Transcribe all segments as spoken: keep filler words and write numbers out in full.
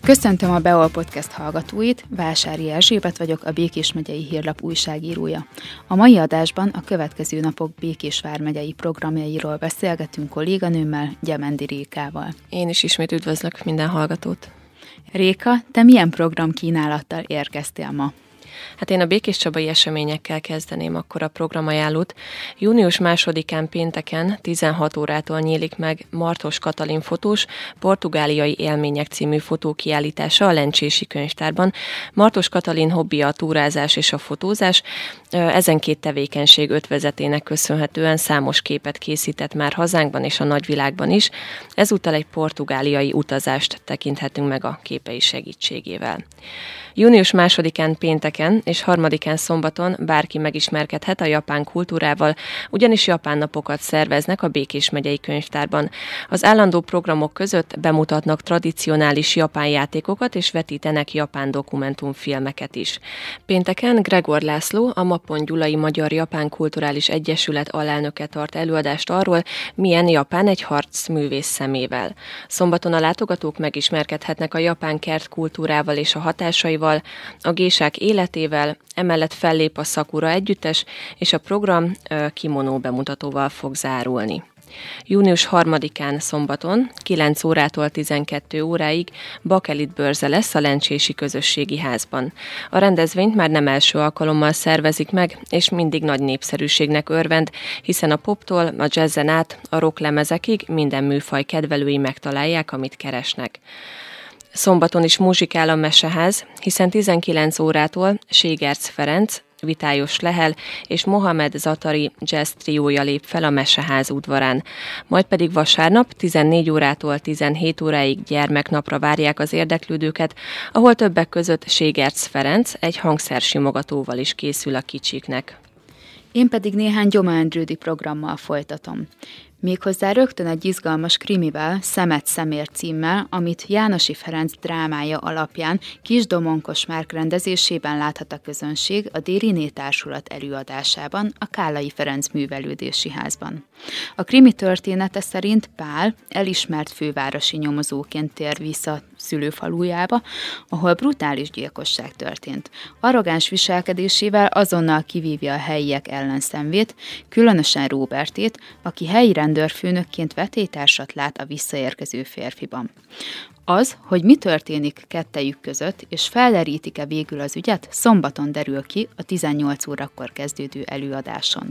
Köszöntöm a Beol Podcast hallgatóit, Vásári Erzsébet vagyok, a Békés megyei Hírlap újságírója. A mai adásban a következő napok Békés vármegyei programjairól beszélgetünk kolléganőmmel, Gyemendi Rékával. Én is ismét üdvözlök minden hallgatót. Réka, te milyen programkínálattal érkeztél ma? Hát én a békéscsabai eseményekkel kezdeném akkor a programajánlót. június másodikán pénteken tizenhat órától nyílik meg Martos Katalin fotós Portugáliai élmények című fotókiállítása a Lencsési Könyvtárban. Martos Katalin hobbija a túrázás és a fotózás. Ezen két tevékenység ötvözetének köszönhetően számos képet készített már hazánkban és a nagyvilágban is. Ezúttal egy portugáliai utazást tekinthetünk meg a képei segítségével. június másodikán pénteken és harmadikán szombaton bárki megismerkedhet a japán kultúrával, ugyanis japán napokat szerveznek a Békés megyei Könyvtárban. Az állandó programok között bemutatnak tradicionális japán játékokat és vetítenek japán dokumentumfilmeket is. Pénteken Gregor László, a Mapon Gyulai Magyar-Japán Kulturális Egyesület alelnöke tart előadást arról, milyen Japán egy harcművész szemével. Szombaton a látogatók megismerkedhetnek a japán kert kultúrával és a hatásaival, a gésák életével, emellett fellép a Sakura együttes, és a program kimonó bemutatóval fog zárulni. június harmadikán szombaton kilenc órától tizenkét óráig bakelit bőrze lesz a Lencsési Közösségi Házban. A rendezvényt már nem első alkalommal szervezik meg, és mindig nagy népszerűségnek örvend, hiszen a poptól a jazzen át a rocklemezekig minden műfaj kedvelői megtalálják, amit keresnek. Szombaton is muzsikál a Meseház, hiszen tizenkilenc órától Ségerc Ferenc, Vitályos Lehel és Mohamed Zatari jazz triója lép fel a Meseház udvarán. Majd pedig vasárnap tizennégy órától tizenhét óráig gyermeknapra várják az érdeklődőket, ahol többek között Ségerc Ferenc egy hangszersimogatóval is készül a kicsiknek. Én pedig néhány Gyoma Endrődi programmal folytatom. Méghozzá rögtön egy izgalmas krimivel, Szemet szemér címmel, amit Jánosi Ferenc drámája alapján Kis Domonkos Márk rendezésében láthat a közönség a Dériné Társulat előadásában, a Kállai Ferenc Művelődési Házban. A krimi története szerint Pál elismert fővárosi nyomozóként tér vissza szülőfalujába, ahol brutális gyilkosság történt. Arrogáns viselkedésével azonnal kivívja a helyiek ellenszenvét, különösen Róbertét, aki helyi rendőrfőnökként vetélytársat lát a visszaérkező férfiban. Az, hogy mi történik kettejük között, és felderítik-e végül az ügyet, szombaton derül ki a tizennyolc órakor kezdődő előadáson.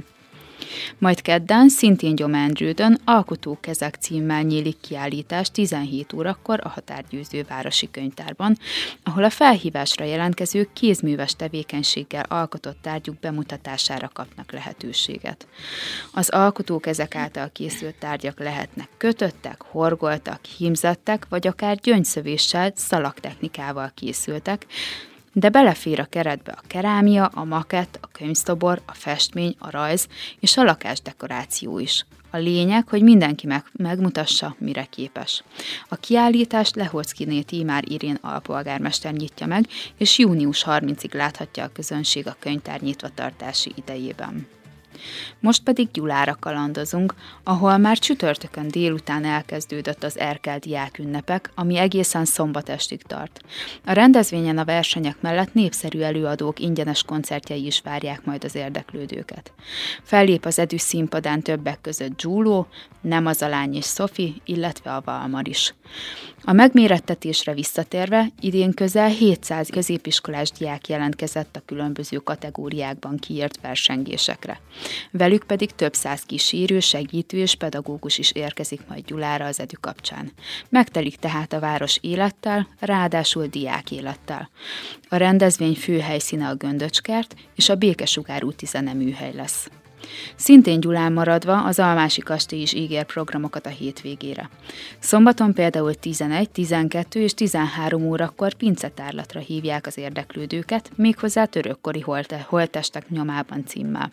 Majd kedden, szintén Gyoma Endrődön Alkotókezek címmel nyílik kiállítás tizenhét órakor a Határgyőző Városi Könyvtárban, ahol a felhívásra jelentkezők kézműves tevékenységgel alkotott tárgyuk bemutatására kapnak lehetőséget. Az alkotókezek által készült tárgyak lehetnek kötöttek, horgoltak, hímzettek, vagy akár gyöngyszövéssel, szalagtechnikával készültek, de belefér a keretbe a kerámia, a makett, a könyvszobor, a festmény, a rajz és a lakásdekoráció is. A lényeg, hogy mindenki meg, megmutassa, mire képes. A kiállítást Lehockiné Tímár Irén alpolgármester nyitja meg, és június harmincadikáig láthatja a közönség a könyvtár nyitvatartási idejében. Most pedig Gyulára kalandozunk, ahol már csütörtökön délután elkezdődött az Erkel diákünnepek, ami egészen szombat estig tart. A rendezvényen a versenyek mellett népszerű előadók ingyenes koncertjei is várják majd az érdeklődőket. Fellép az Edüs színpadán többek között Giulio, Nem az a lány és Szofi, illetve a Valmar is. A megmérettetésre visszatérve, idén közel hétszáz középiskolás diák jelentkezett a különböző kategóriákban kiírt versengésekre. Velük pedig több száz kísérő, segítő és pedagógus is érkezik majd Gyulára az Edü kapcsán. Megtelik tehát a város élettel, ráadásul diák élettel. A rendezvény fő helyszíne a Göndöcskert és a Békesugár úti zeneműhely lesz. Szintén Gyulán maradva az Almási kastély is ígér programokat a hétvégére. Szombaton például tizenegy, tizenkettő és tizenhárom órakor pincetárlatra hívják az érdeklődőket, méghozzá törökkori holte- holttestek nyomában címmel.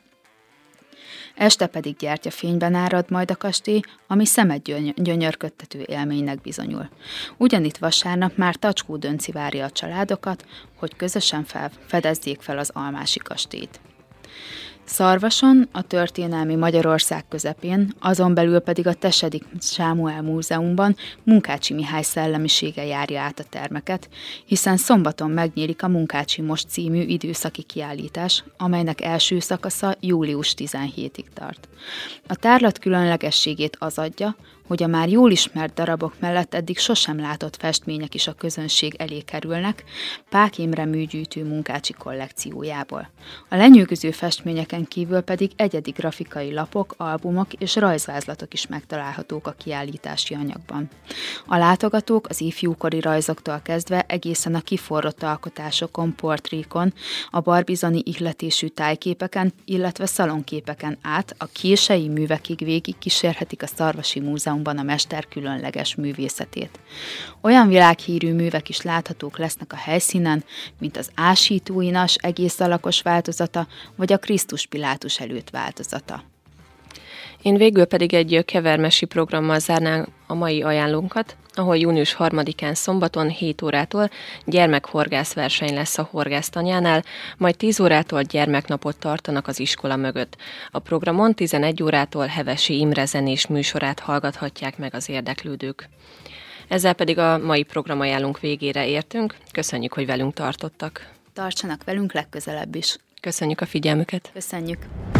Este pedig gyertyafényben árad majd a kastély, ami szemet gyöny- gyönyörködtető élménynek bizonyul. Ugyanitt vasárnap már Tacskó Dönci várja a családokat, hogy közösen fel- fedezzék fel az Almási kastélyt. Szarvason, a történelmi Magyarország közepén, azon belül pedig a Tesedik Sámuel Múzeumban Munkácsy Mihály szellemisége járja át a termeket, hiszen szombaton megnyílik a Munkácsy Most című időszaki kiállítás, amelynek első szakasza július tizenhetedikéig tart. A tárlat különlegességét az adja, hogy a már jól ismert darabok mellett eddig sosem látott festmények is a közönség elé kerülnek Pák Imre műgyűjtő Munkácsy kollekciójából. A lenyűgöző festményeken kívül pedig egyedi grafikai lapok, albumok és rajzvázlatok is megtalálhatók a kiállítási anyagban. A látogatók az ifjúkori rajzoktól kezdve egészen a kiforrott alkotásokon, portrékon, a barbizoni ihletésű tájképeken, illetve szalonképeken át a kései művekig végig kísérhetik a Szarvasi Múzeum a mester különleges művészetét. Olyan világhírű művek is láthatók lesznek a helyszínen, mint az Ásító Inas egész alakos változata, vagy a Krisztus Pilátus előtt változata. Én végül pedig egy kevermesi programmal zárnám a mai ajánlónkat, ahol június harmadikán szombaton hét órától gyermekhorgászverseny lesz a horgásztanyánál, majd tíz órától gyermeknapot tartanak az iskola mögött. A programon tizenegy órától Hevesi Imre zenés műsorát hallgathatják meg az érdeklődők. Ezzel pedig a mai programajánlónk végére értünk. Köszönjük, hogy velünk tartottak. Tartsanak velünk legközelebb is. Köszönjük a figyelmüket. Köszönjük.